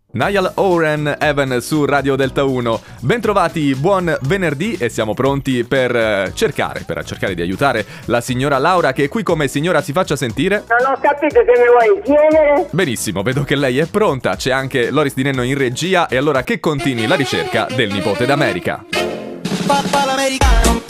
Niall Horan, Evan su Radio Delta 1. Bentrovati, buon venerdì e siamo pronti per cercare di aiutare la signora Laura che è qui come signora. Si faccia sentire. Non ho capito che mi vuoi chiedere. Benissimo, vedo che lei è pronta. C'è anche Loris Di Nenno in regia e allora che continui la ricerca del nipote d'America. Papà l'americano.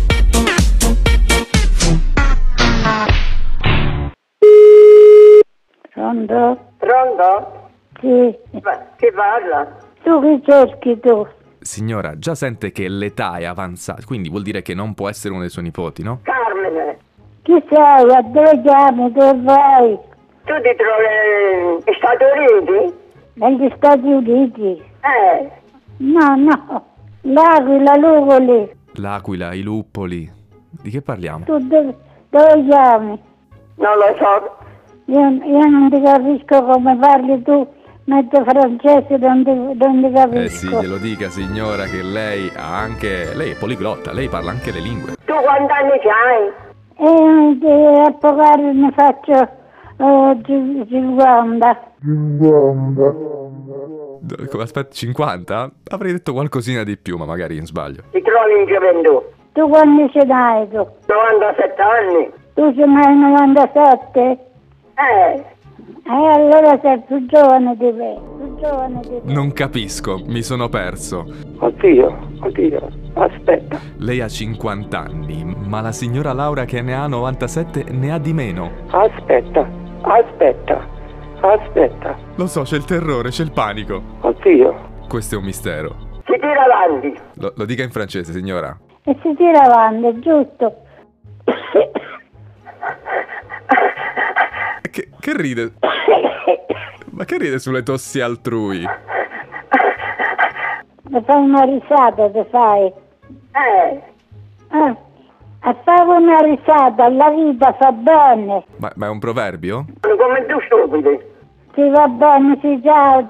Pronto? Pronto? Sì. Ma chi parla? Tu che cerchi tu? Signora, già sente che l'età è avanzata, quindi vuol dire che non può essere uno dei suoi nipoti, no? Carmine. Chi sei? A dove chiami? Dove vai? Tu ti trovi negli Stati Uniti? Negli Stati Uniti? No. L'Aquila, Lupoli. L'aquila, i luppoli. Di che parliamo? Tu dove chiami? Non lo so. Io non ti capisco come parli tu. Mezzo francese non ti capisco. Sì, glielo dica signora che lei ha anche... Lei è poliglotta, lei parla anche le lingue. Tu quanti anni c'hai? A poco ne faccio 50. Aspetta, 50? Avrei detto qualcosina di più, ma magari in sbaglio. Ti trovi in gioventù? Tu quando ce n'hai tu? 97 anni? Tu ce n'hai 97? Allora sei più giovane di me. Non capisco, mi sono perso. Oddio, aspetta. Lei ha 50 anni, ma la signora Laura che ne ha 97 ne ha di meno. Aspetta. Lo so, c'è il terrore, c'è il panico. Oddio. Questo è un mistero. Si tira avanti. Lo dica in francese, signora. E si tira avanti, giusto? Che ride? Ma che ride sulle tossi altrui? Mi fai una risata, ti fai? Fai una risata, la vita fa bene. Ma è un proverbio? Come tu stupidi. Sì, va bene, sì, ciao.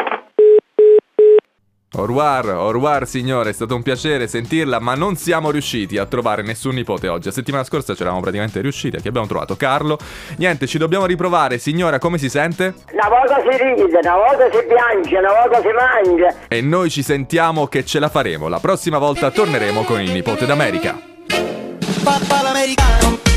Au revoir signore, è stato un piacere sentirla, ma non siamo riusciti a trovare nessun nipote oggi. La settimana scorsa c'eravamo praticamente riusciti, che abbiamo trovato Carlo. Niente, ci dobbiamo riprovare. Signora, come si sente? Una volta si ride, una volta si piange, una volta si mangia. E noi ci sentiamo che ce la faremo. La prossima volta torneremo con il nipote d'America. Papà l'americano.